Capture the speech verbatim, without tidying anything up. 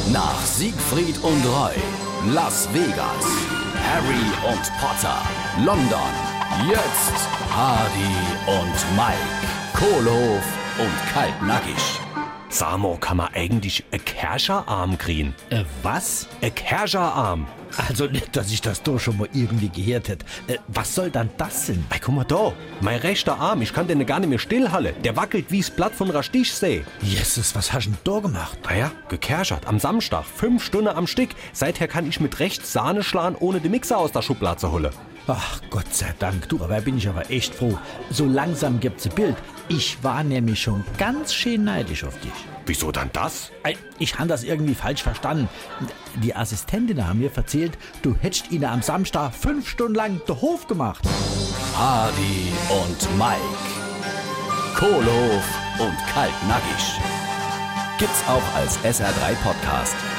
Nach Siegfried und Roy, Las Vegas, Harry und Potter, London, jetzt Hardy und Mike, Kohlhof und Kaltnackig. Samo, kann man eigentlich ein Kercherarm kriegen? Äh, was? Ein Kercherarm. Also nicht, dass ich das doch schon mal irgendwie gehört hätte. Äh, was soll dann das sein? Ey, guck mal da, mein rechter Arm, ich kann den gar nicht mehr stillhalten. Der wackelt wie's Blatt von Rastichsee. Jesus, was hast du denn da gemacht? Naja, gekerchert, am Samstag, fünf Stunden am Stück. Seither kann ich mit rechts Sahne schlagen, ohne den Mixer aus der Schublade zu holen. Ach, Gott sei Dank, du, aber bin ich aber echt froh. So langsam gibt's ein Bild. Ich war nämlich schon ganz schön neidisch auf dich. Wieso dann das? Ey, Ich habe das irgendwie falsch verstanden. Die Assistentinnen haben mir erzählt, du hättest ihnen am Samstag fünf Stunden lang den Hof gemacht. Hardy und Mike, Kohlhof und Kaltnackig. Gibt's auch als S R drei Podcast.